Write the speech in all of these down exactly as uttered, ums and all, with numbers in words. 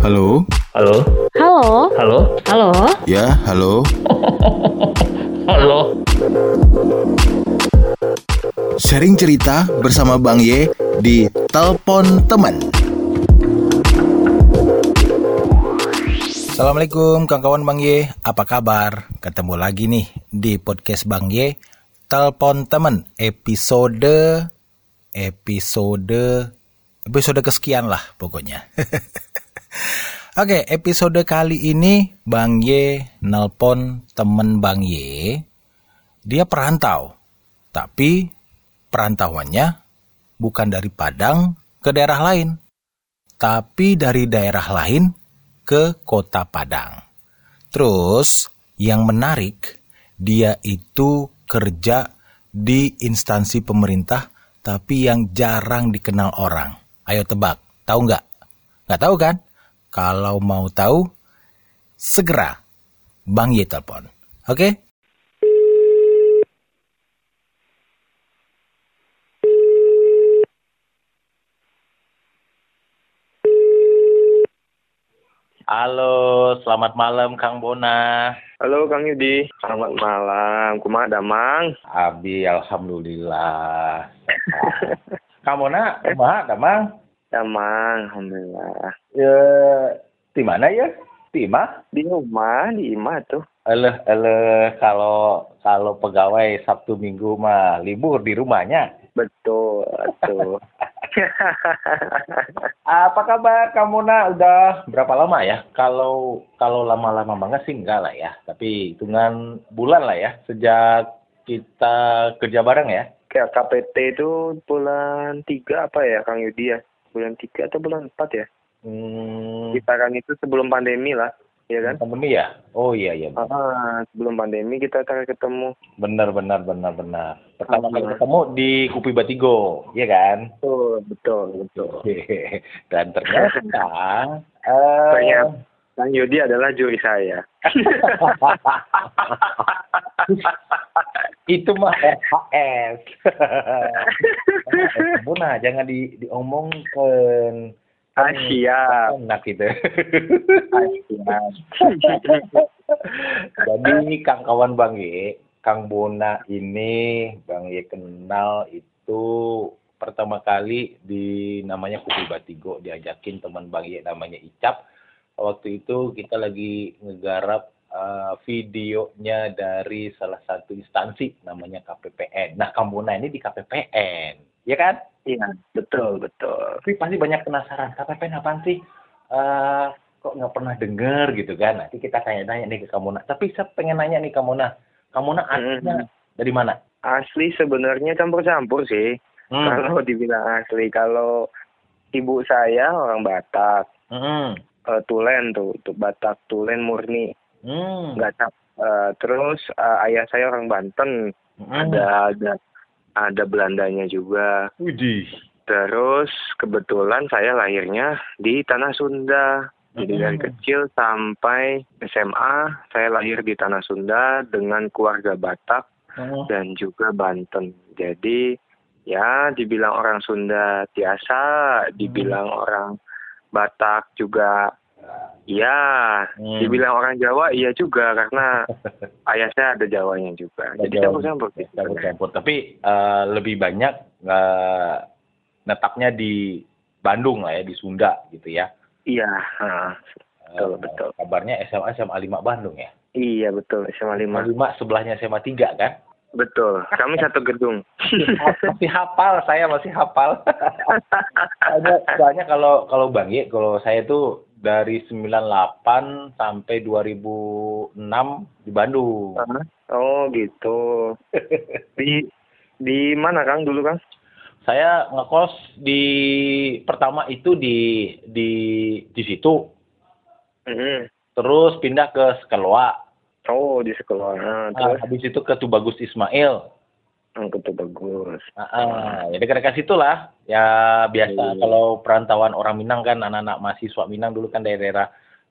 Halo? Halo? Halo? Halo? Halo? Ya, halo. Halo? Sharing cerita bersama Bang Ye di Telepon Teman. Assalamualaikum kawan-kawan Bang Ye, apa kabar? Ketemu lagi nih di podcast Bang Ye, Telepon Teman, episode episode episode kesekian lah pokoknya. Oke, episode kali ini Bang Ye nelpon temen Bang Ye. Dia perantau, tapi perantauannya bukan dari Padang ke daerah lain, tapi dari daerah lain ke kota Padang. Terus yang menarik, dia itu kerja di instansi pemerintah, tapi yang jarang dikenal orang. Ayo tebak, tahu nggak? Nggak tahu kan? Kalau mau tahu, segera Bang Ye telepon. Oke? Halo, selamat malam Kang Bona. Halo Kang Yudi, selamat malam. Kumaha damang? Abi, alhamdulillah. Kang Bona, kumaha damang? Damang, alhamdulillah. Ya, di mana ya? Di Imah? Di rumah, di Imah tuh. Eleh, eleh, kalau kalau pegawai Sabtu Minggu mah libur di rumahnya. Betul, betul. Apa kabar Kang Bona? Udah berapa lama ya? Kalau kalau lama-lama banget sih enggak lah ya. Tapi hitungan bulan lah ya. Sejak kita kerja bareng ya. Kayak K P T itu bulan tiga apa ya Kang Yudi ya? Bulan tiga atau bulan empat ya? Hmm, Kisaran itu sebelum pandemi lah, ya kan? pandemi ya? Oh iya iya. Ah, sebelum pandemi kita terakhir ketemu. Benar benar benar benar. Pertama kali Ah. ketemu di Kupi Batigo, iya kan? Betul, betul, betul. Dan ternyata eh, Ternyata Kang Yudi adalah juri saya. itu mah R H S. Buna jangan di diomongkan. Ah, siap. Enak gitu. Ah, siap. Jadi Kang kawan Bang Ye, Kang Bona ini Bang Ye kenal itu pertama kali di namanya Kupi Batigo, diajakin teman Bang Ye namanya Icap. Waktu itu kita lagi ngegarap uh, videonya dari salah satu instansi namanya K P P N. Nah, Kang Bona ini di K P P N, ya kan? Iya, betul, betul. Tapi pasti banyak penasaran, K P P N apaan sih? Uh, kok nggak pernah dengar gitu kan? Nanti kita tanya-tanya nih ke Kang Bona. Tapi saya pengen nanya nih Kang Bona. Kang Bona aslinya Mm-hmm. dari mana? Asli sebenarnya campur-campur sih. Hmm. Kalau dibilang asli, kalau ibu saya orang Batak, Hmm. uh, Tulen tuh, tuh Batak Tulen murni, Hmm. nggak cap. Uh, terus uh, ayah saya orang Banten, Hmm. ada ada ada Belandanya juga. Widih. Terus kebetulan saya lahirnya di Tanah Sunda. Jadi Hmm. dari kecil sampai S M A saya lahir di Tanah Sunda dengan keluarga Batak Hmm. dan juga Banten. Jadi ya dibilang orang Sunda biasa, dibilang orang Batak juga iya, Hmm. dibilang orang Jawa iya juga karena ayah saya ada Jawanya juga. Jadi campur-campur. Campur-campur. Tapi eh, lebih banyak eh, netapnya di Bandung lah ya, di Sunda gitu ya. Iya, ha, betul, Eh, betul. Kabarnya S M A S M A lima Bandung ya. Iya betul, S M A lima. lima sebelahnya S M A tiga kan? Betul, kami satu gedung. Masih hafal, saya masih hafal. soalnya, soalnya kalau kalau Bang Ye, kalau saya tuh dari sembilan delapan sampai dua ribu enam di Bandung. Oh gitu. Di di mana Kang dulu Kang? Saya ngekos di pertama itu di di di situ, Mm-hmm. terus pindah ke Sekeloa. Oh di sekolah. Nah, Ah, terus habis itu ke Tubagus Ismail. oh, itu bagus. Ah, ah, ya dekat-dekat situ lah. Ya biasa Iya. kalau perantauan orang Minang kan, anak-anak mahasiswa Minang dulu kan daerah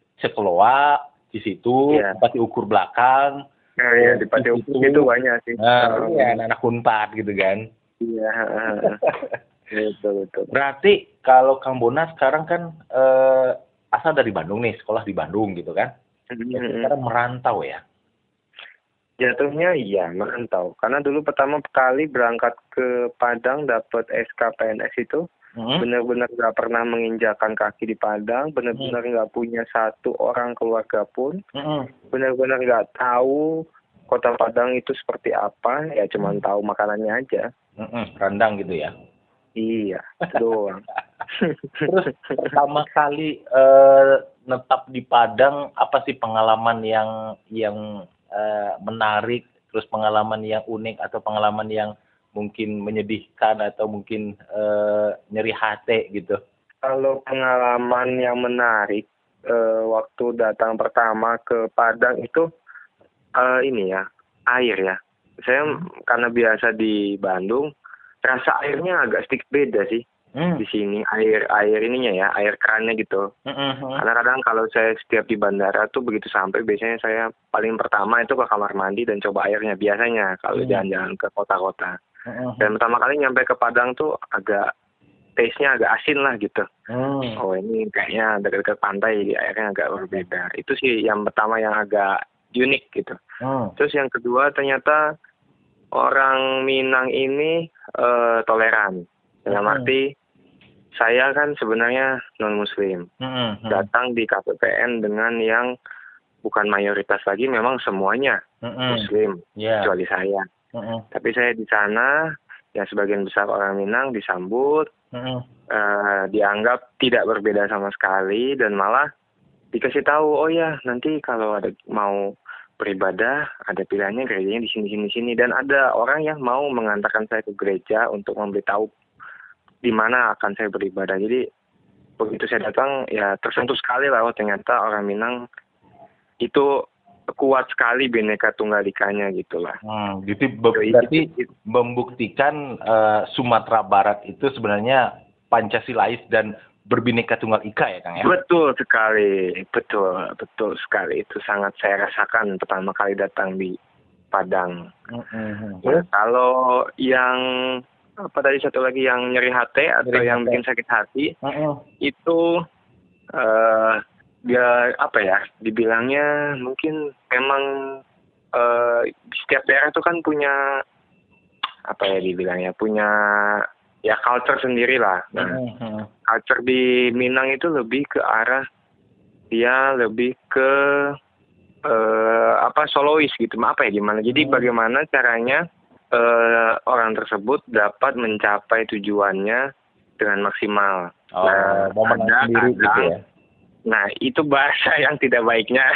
Sekeloa, di situ, Iya. pasti ukur belakang. Nah, ya di Pati Di situ. itu banyak sih. Nah, Oh, iya, anak-anak Unpad gitu kan. Iya. Betul betul. Berarti kalau Kang Bona sekarang kan eh, asal dari Bandung nih, sekolah di Bandung gitu kan. Ya, sekarang merantau ya. Jatuhnya iya merantau. Karena dulu pertama kali berangkat ke Padang dapat S K P N S itu Hmm. benar-benar nggak pernah menginjakan kaki di Padang, benar-benar nggak punya satu orang keluarga pun, Hmm. benar-benar nggak tahu kota Padang itu seperti apa, ya cuman tahu makanannya aja. Hmm. Rendang gitu ya. Iya, itu doang. Terus pertama kali eh, netap di Padang, apa sih pengalaman yang yang eh, menarik, terus pengalaman yang unik atau pengalaman yang mungkin menyedihkan atau mungkin eh, nyeri hati gitu? Kalau pengalaman yang menarik eh, waktu datang pertama ke Padang itu eh, ini ya air ya. Saya karena biasa di Bandung, rasa airnya agak sedikit beda sih Hmm. di sini air air ininya ya air kerannya gitu. Hmm. Karena kadang kalau saya setiap di bandara tuh begitu sampai biasanya saya paling pertama itu ke kamar mandi dan coba airnya biasanya kalau Hmm. jalan-jalan ke kota-kota. Hmm. Dan pertama kali nyampe ke Padang tuh agak taste-nya agak asin lah gitu. Hmm. Oh ini kayaknya dekat-dekat pantai di airnya agak berbeda. Itu sih yang pertama yang agak unik gitu. Hmm. Terus yang kedua ternyata orang Minang ini eh, toleran. Dalam Hmm. arti saya kan sebenarnya non Muslim. Hmm. Hmm. Datang di K P P N dengan yang bukan mayoritas lagi, memang semuanya Hmm. Muslim Ya. kecuali saya. Hmm. Tapi saya di sana yang sebagian besar orang Minang disambut, Hmm. eh, dianggap tidak berbeda sama sekali dan malah dikasih tahu, oh ya nanti kalau ada mau beribadah ada pilihannya gerejanya di sini sini sini dan ada orang yang mau mengantarkan saya ke gereja untuk memberitahu di mana akan saya beribadah. Jadi begitu saya datang ya tersentuh sekali lah, oh ternyata orang Minang itu kuat sekali Bhinneka Tunggal Ikanya gitulah. Hmm, jadi be- berarti membuktikan eh, Sumatera Barat itu sebenarnya Pancasilais dan berbineka tunggal ika ya Kang ya? Betul sekali, betul, betul sekali. Itu sangat saya rasakan pertama kali datang di Padang. Mm-hmm. Nah, kalau yang apa tadi satu lagi yang nyeri hati atau Nyeri yang hati. bikin sakit hati Mm-hmm. itu eh dia apa ya? Dibilangnya mungkin memang eh setiap daerah itu kan punya apa ya dibilangnya punya ya culture sendiri lah. Nah, Mm-hmm. culture di Minang itu lebih ke arah dia lebih ke eh, apa solois gitu, apa ya gimana? Jadi Hmm. bagaimana caranya eh, orang tersebut dapat mencapai tujuannya dengan maksimal. Oh, Nah, mau menang ada sendiri gitu kadang- ya? Nah, itu bahasa yang tidak baiknya.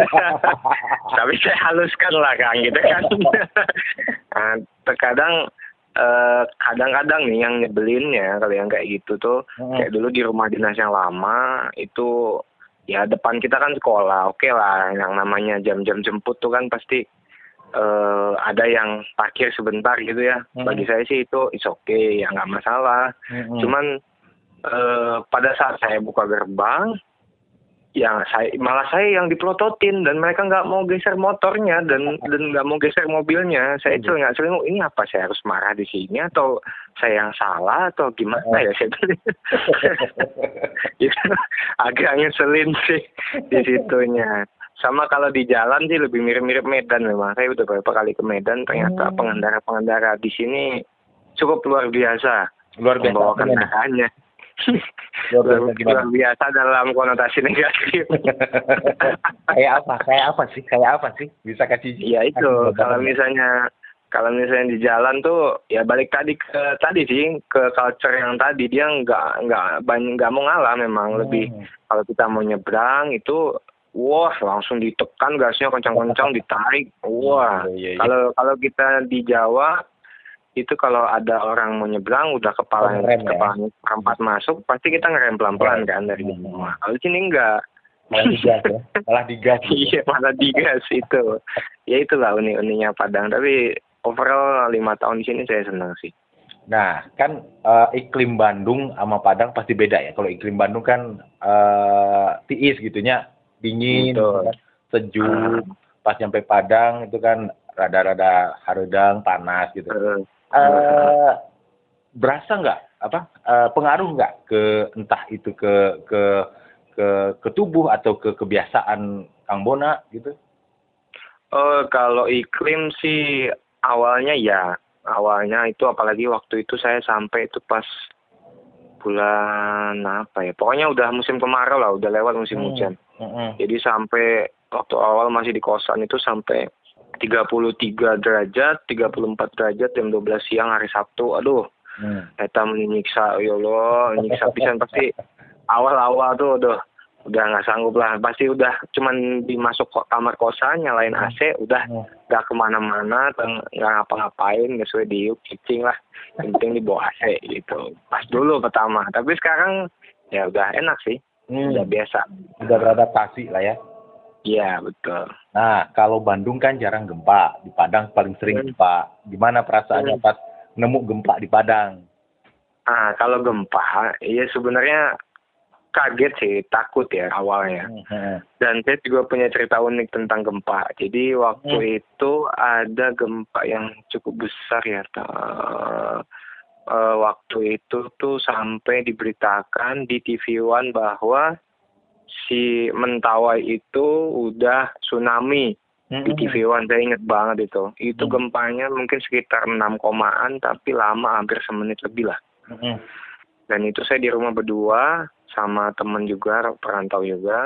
Tapi saya haluskan lah Kang, gitu kan. Nah, terkadang eh, kadang-kadang nih yang nyebelin ya kalau yang kayak gitu tuh, Hmm. kayak dulu di rumah dinas yang lama itu ya depan kita kan sekolah, oke lah, yang namanya jam-jam jemput tuh kan pasti eh, ada yang parkir sebentar gitu ya. Hmm. Bagi saya sih itu is okay, ya nggak masalah. Mm-mm. Cuman eh, pada saat saya buka gerbang, ya saya malah saya yang dipelototin dan mereka nggak mau geser motornya dan dan nggak mau geser mobilnya. Saya celengak celengok, ini apa saya harus marah di sini atau saya yang salah atau gimana ya saya bilang. Itu agak ngeselin sih di situnya. Sama kalau di jalan sih lebih mirip-mirip Medan memang. Saya udah beberapa kali ke Medan, ternyata Hmm. pengendara-pengendara di sini cukup luar biasa Luar biasa membawa apanya nih? kendaraannya. Luar biasa Luar gimana? biasa dalam konotasi negatif. Kayak apa? Kayak apa sih? Kayak apa sih? Bisa kasih? Ya itu, kasih kalau gambaran? misalnya kalau misalnya di jalan tuh ya balik tadi ke tadi sih ke culture yang tadi dia nggak nggak banyak nggak mau ngalah memang Hmm. lebih kalau kita mau nyebrang itu wah langsung ditekan gasnya kencang-kencang ditarik wah Iya, iya, iya. kalau kalau kita di Jawa itu kalau ada orang mau nyebrang udah kepala Ngerem ya? kepalanya empat masuk pasti kita ngerem pelan-pelan kan dari Hmm. Jawa. Kalau di sini enggak. Malah digas ya? Malah digas. gitu. Iya malah digas itu. Ya itulah uni-uninya Padang. Tapi overall lima tahun di sini saya senang sih. Nah, kan eh, iklim Bandung sama Padang pasti beda ya. Kalau iklim Bandung kan eh, tiis gitunya, dingin, Betul. kan, sejuk. Pas nyampe Padang itu kan rada-rada haredang, panas gitu. Uh, Eh berasa nggak apa eh, pengaruh nggak ke entah itu ke ke ke ke tubuh atau ke kebiasaan Kang Bona gitu? Eh kalau iklim sih awalnya ya, awalnya itu apalagi waktu itu saya sampai itu pas bulan apa ya, pokoknya udah musim kemarau lah, udah lewat musim Hmm. hujan. Mm-mm. Jadi sampai waktu awal masih di kosan itu sampai tiga puluh tiga derajat, tiga puluh empat derajat jam dua belas siang hari Sabtu. Aduh, Hmm. eta menyiksa, ya Allah, menyiksa pisan pasti awal-awal tuh udah udah nggak sanggup lah. Pasti udah cuman dimasuk ko- kamar kosan, nyalain A C, udah Hmm. nggak kemana-mana, teng- nggak ngapa-ngapain, nggak sesuai diuk, cicing lah. Yang penting di bawah A C gitu. Pas dulu pertama, tapi sekarang ya udah enak sih, Hmm. udah biasa. Udah beradaptasi lah ya. Iya betul. Nah, kalau Bandung kan jarang gempa, di Padang paling sering Hmm. gempa. Gimana perasaannya Hmm. pas nemu gempa di Padang? Ah kalau gempa, iya sebenarnya kaget sih, takut ya awalnya. Hmm. Dan saya juga punya cerita unik tentang gempa. Jadi waktu Hmm. itu ada gempa yang cukup besar ya. Ta- eh, waktu itu tuh sampai diberitakan di T V One bahwa si Mentawai itu udah tsunami Hmm. di T V One. Saya inget banget itu. Itu Hmm. gempanya mungkin sekitar enam komaan tapi lama, hampir semenit lebih lah. Hmm. Dan itu saya di rumah berdua sama temen juga, perantau juga.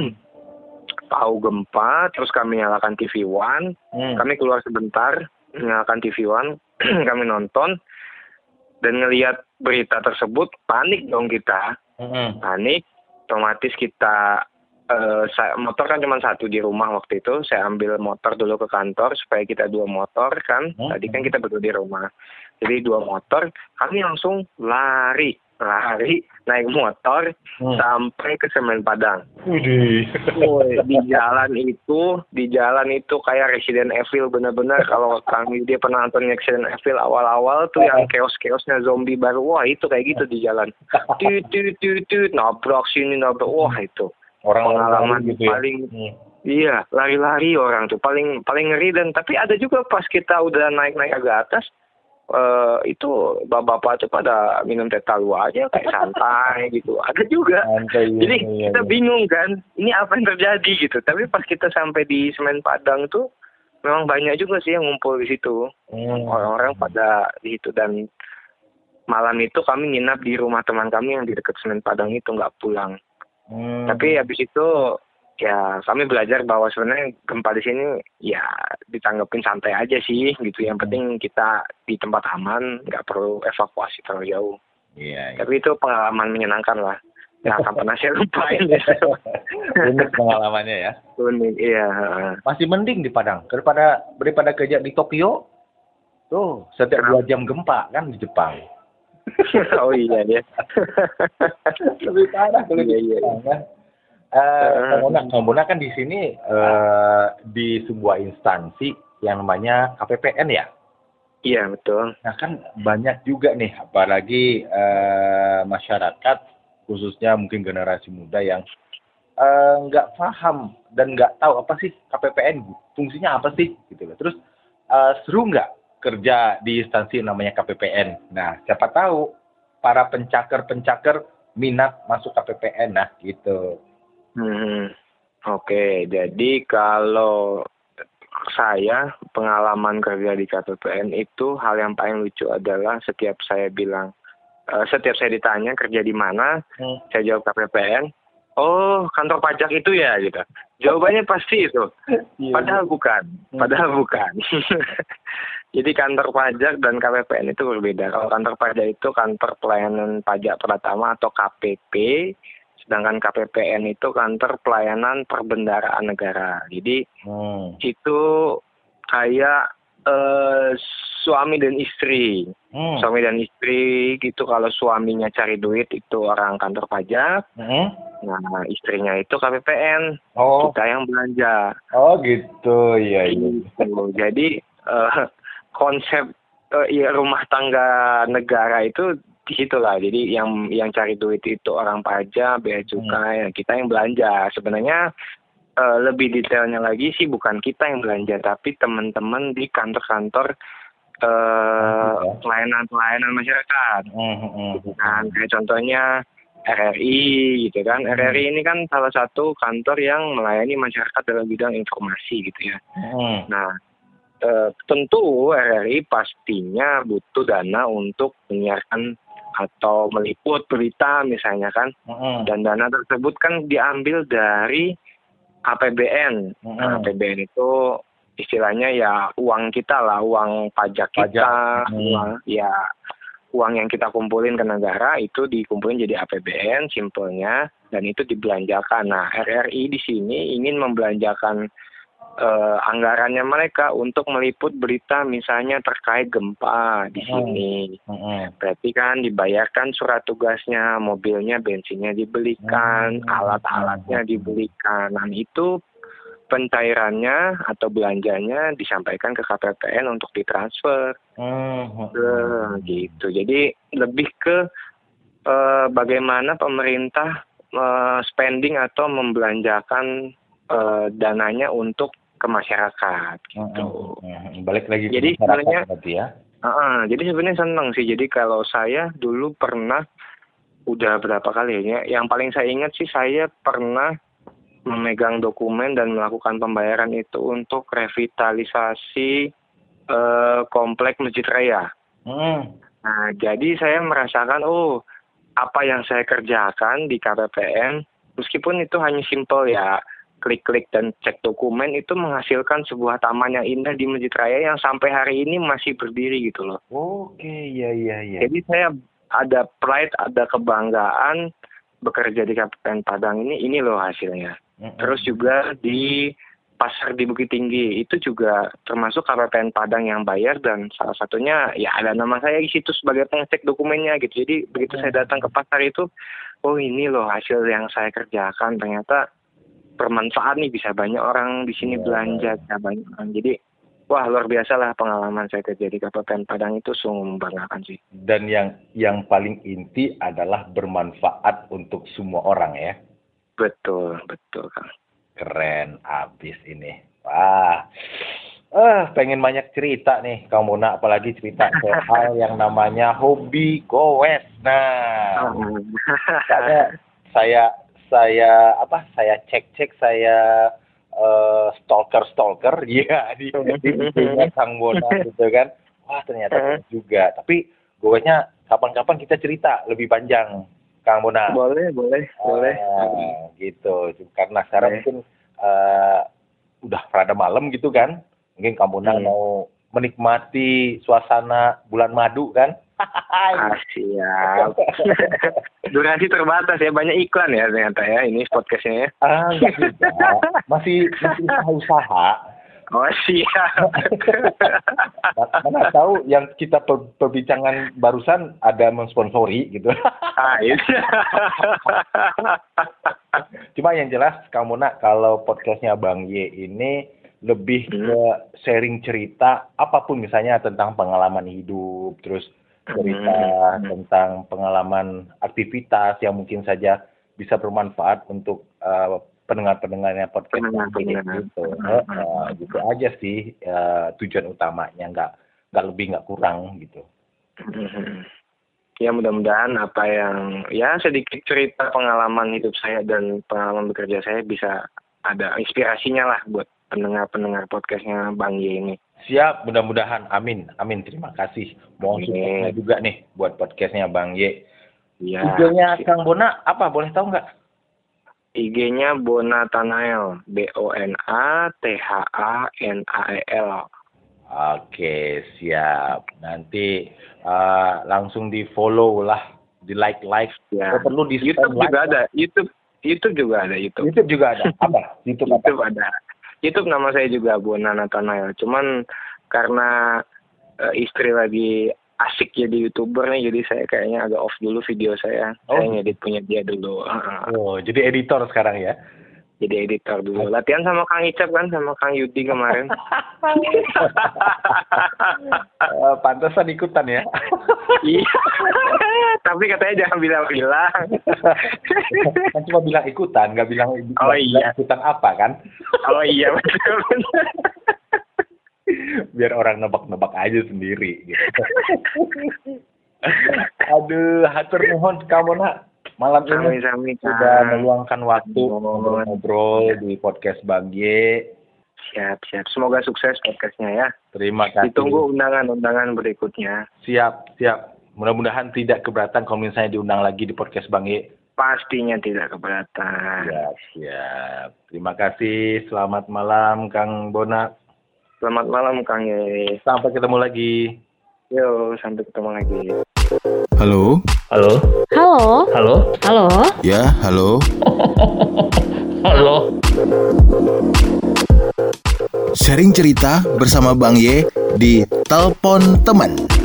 Tahu gempa, terus kami nyalakan T V One. Hmm. Kami keluar sebentar, nyalakan T V One. Kami nonton. Dan ngelihat berita tersebut, panik dong kita. Hmm. Panik, otomatis kita... eh, saya, motor kan cuma satu di rumah waktu itu. Saya ambil motor dulu ke kantor supaya kita dua motor kan. Hmm. Tadi kan kita berdua di rumah. Jadi dua motor, kami langsung lari. Lari, naik motor, Hmm. sampai ke Semen Padang. Widih. Woi, di jalan itu, di jalan itu kayak Resident Evil bener-bener. Kalau kami dia pernah nonton Resident Evil awal-awal tuh yang chaos-chaosnya zombie baru, wah itu kayak gitu di jalan. Tut tut tut tut, nabrak sini nabrak, wah itu Orang pengalaman gitu ya. paling, Hmm. iya lari-lari orang tuh paling paling ngeri. Dan tapi ada juga pas kita udah naik-naik agak atas, eh, itu bapak-bapak tuh pada minum teh talu aja kayak santai gitu. Ada juga. Santai, iya, Jadi iya, kita iya. bingung kan, ini apa yang terjadi gitu. Tapi pas kita sampai di Semen Padang tuh, memang banyak juga sih yang ngumpul di situ. Hmm. Orang-orang pada di situ. Dan malam itu kami nginap di rumah teman kami yang di dekat Semen Padang itu, nggak pulang. Hmm. Tapi habis itu ya kami belajar bahwa sebenarnya gempa di sini ya ditanggepin santai aja sih gitu. Yang penting kita di tempat aman, nggak perlu evakuasi terlalu jauh. Iya, iya. Tapi itu pengalaman menyenangkan lah. Yang akan pernah saya lupain. Unik pengalamannya ya. Unik, iya. Masih mending di Padang daripada daripada kerja di Tokyo. Tuh, setiap dua jam gempa kan di Jepang. Oh iya ya. Lebih parah kalau Iya, di iya. Jepang kan. Eh, Kang Bona, Kang Bona kan di sini eh, di sebuah instansi yang namanya K P P N ya. Iya betul. Nah kan banyak juga nih, apalagi eh, masyarakat khususnya mungkin generasi muda yang eh, nggak paham dan nggak tahu apa sih K P P N, fungsinya apa sih gitu loh. Terus eh, seru nggak kerja di instansi yang namanya K P P N? Nah siapa tahu para pencaker-pencaker minat masuk K P P N, nah gitu. Hmm. Oke, jadi kalau saya pengalaman kerja di K P P N itu hal yang paling lucu adalah setiap saya bilang, eh, setiap saya ditanya kerja di mana, Hmm. saya jawab K P P N. Oh, kantor pajak itu ya gitu. Jawabannya pasti itu. Iya. Padahal bukan. Padahal bukan. Jadi kantor pajak dan K P P N itu berbeda. Kalau kantor pajak itu kantor pelayanan pajak pertama atau K P P. Sedangkan K P P N itu kantor pelayanan perbendaharaan negara. Jadi Hmm. itu kayak eh, suami dan istri. Hmm. Suami dan istri gitu, kalau suaminya cari duit itu orang kantor pajak. Hmm. Nah, istrinya itu K P P N. Oh, Kita yang belanja. oh gitu, iya iya. Gitu. Jadi eh, konsep eh, ya, rumah tangga negara itu di situ lah. Jadi yang yang cari duit itu orang pajak, bea cukai, nah, kita yang belanja. Sebenarnya eh, lebih detailnya lagi sih bukan kita yang belanja, tapi teman-teman di kantor-kantor eh, Ya. pelayanan-pelayanan masyarakat. Hmm, hmm, hmm. Nah, kayak contohnya R R I gitu kan. R R I ini kan salah satu kantor yang melayani masyarakat dalam bidang informasi gitu ya. Hmm. Nah, eh, tentu R R I pastinya butuh dana untuk menyiarkan atau meliput berita misalnya kan. Hmm. Dan dana tersebut kan diambil dari A P B N. Hmm. Nah, A P B N itu istilahnya ya uang kita lah, uang pajak kita, Pajak. Hmm. uang ya uang yang kita kumpulin ke negara itu dikumpulin jadi A P B N simpelnya dan itu dibelanjakan. Nah, R R I di sini ingin membelanjakan eh, anggarannya mereka untuk meliput berita misalnya terkait gempa di sini. Hmm. Berarti kan dibayarkan surat tugasnya, mobilnya, bensinnya dibelikan, Hmm. alat-alatnya dibelikan. Nah, itu pencairannya atau belanjanya disampaikan ke K P P N untuk ditransfer. Hmm. Eh, gitu. Jadi lebih ke eh, bagaimana pemerintah eh, spending atau membelanjakan eh, dananya untuk ke masyarakat gitu. Hmm. Balik lagi Jadi ke masyarakat sebenarnya berarti ya. Uh, jadi sebenarnya seneng sih. Jadi kalau saya dulu pernah udah berapa kali ya? Yang paling saya ingat sih saya pernah memegang dokumen dan melakukan pembayaran itu untuk revitalisasi uh, komplek Masjid Raya. Hmm. Nah, jadi saya merasakan oh apa yang saya kerjakan di K P P N meskipun itu hanya simple ya. Klik-klik dan cek dokumen itu menghasilkan sebuah taman yang indah di Masjid Raya yang sampai hari ini masih berdiri gitu loh. Oke, iya iya iya. Jadi saya ada pride, ada kebanggaan bekerja di Kabupaten Padang ini, ini loh hasilnya. Mm-mm. Terus juga di pasar di Bukit Tinggi itu juga termasuk Kabupaten Padang yang bayar dan salah satunya ya ada nama saya di situ sebagai pengecek dokumennya gitu. Jadi begitu saya datang ke pasar itu, oh ini loh hasil yang saya kerjakan ternyata bermanfaat nih, bisa banyak orang di sini Iya, belanja, bisa banyak orang. Jadi wah luar biasa lah pengalaman saya kerja di Kabupaten Padang itu sungguh membanggakan sih. Dan yang yang paling inti adalah bermanfaat untuk semua orang ya. Betul, betul Kang. Keren abis ini. Wah. Eh, pengen banyak cerita nih Kang Bona, apalagi cerita soal yang namanya hobi goes. Nah, saya saya saya apa? Saya cek-cek, saya uh, stalker-stalker ya di di I G-nya Kang Bona gitu kan. Wah, ternyata keren juga. Tapi goesnya kapan-kapan kita cerita lebih panjang Kang Bona. Boleh, boleh, boleh. Ah, gitu. Karena sekarang Boleh. mungkin uh, udah rada malam gitu kan. Mungkin Kang Bona Hmm. mau menikmati suasana bulan madu kan. Ah, siap. Durasi terbatas ya, banyak iklan ya ternyata ya ini podcastnya ya. Ah, enggak juga. Masih masih usaha-usaha. Oh siap. Mana tahu yang kita per- perbincangan barusan ada mensponsori gitu. Ah, itu. Cuma yang jelas Kang Bona kalau podcastnya Bang Y ini lebih ke sharing cerita apapun misalnya tentang pengalaman hidup, terus cerita Hmm. tentang pengalaman aktivitas yang mungkin saja bisa bermanfaat untuk uh, pendengar-pendengarnya podcast ini Pendengar-pendengar. gitu. Hmm. Uh, uh, gitu aja sih uh, tujuan utamanya, nggak nggak lebih nggak kurang gitu. Hmm. Ya mudah-mudahan apa yang ya sedikit cerita pengalaman hidup saya dan pengalaman bekerja saya bisa ada inspirasinya lah buat pendengar-pendengar podcastnya Bang Y ini. Siap, mudah-mudahan. Amin, amin. Terima kasih. Mohon Amin. supportnya juga nih buat podcastnya Bang Y. Ya. I G-nya Kang Bona apa? Boleh tahu nggak? I G-nya Bona Tanael, B O N A T H A N A E L. Oke, siap. Nanti uh, langsung di follow lah, di like like. Ya. Oh, perlu di YouTube like, juga ada. YouTube YouTube juga ada YouTube. YouTube juga ada. Apa? YouTube apa? YouTube ada. YouTube nama saya juga Bona Nathanael. Cuman karena uh, istri lagi asik jadi YouTuber nih, jadi saya kayaknya agak off dulu video saya. Oh. Saya ngedit punya dia dulu. Uh, Oh, jadi editor sekarang ya? jadi editor dulu. Latihan sama Kang Icap kan, sama Kang Yudi kemarin. uh, pantesan ikutan ya? Iya. Tapi katanya jangan bilang-bilang. Kan cuma bilang ikutan, nggak bilang, Oh, nggak bilang iya. ikutan apa kan? Oh iya betul. Biar orang nebak-nebak aja sendiri gitu. Aduh, hatur nuhun kamu nak. malam ini Sami-sami, sudah Kang. meluangkan waktu Mohon. ngobrol-ngobrol di podcast Bang Y. Siap, siap. Semoga sukses podcastnya ya. Terima kasih. Ditunggu undangan-undangan berikutnya. Siap, siap. Mudah-mudahan tidak keberatan kalau misalnya diundang lagi di podcast Bang Y. Pastinya tidak keberatan. Siap, siap. Terima kasih. Selamat malam, Kang Bona. Selamat malam, Kang Ye. Sampai ketemu lagi. Yo, sampai ketemu lagi. Halo? Halo? Halo, Halo? halo. Ya, halo. Halo? Sharing cerita bersama Bang Y di Telepon Teman.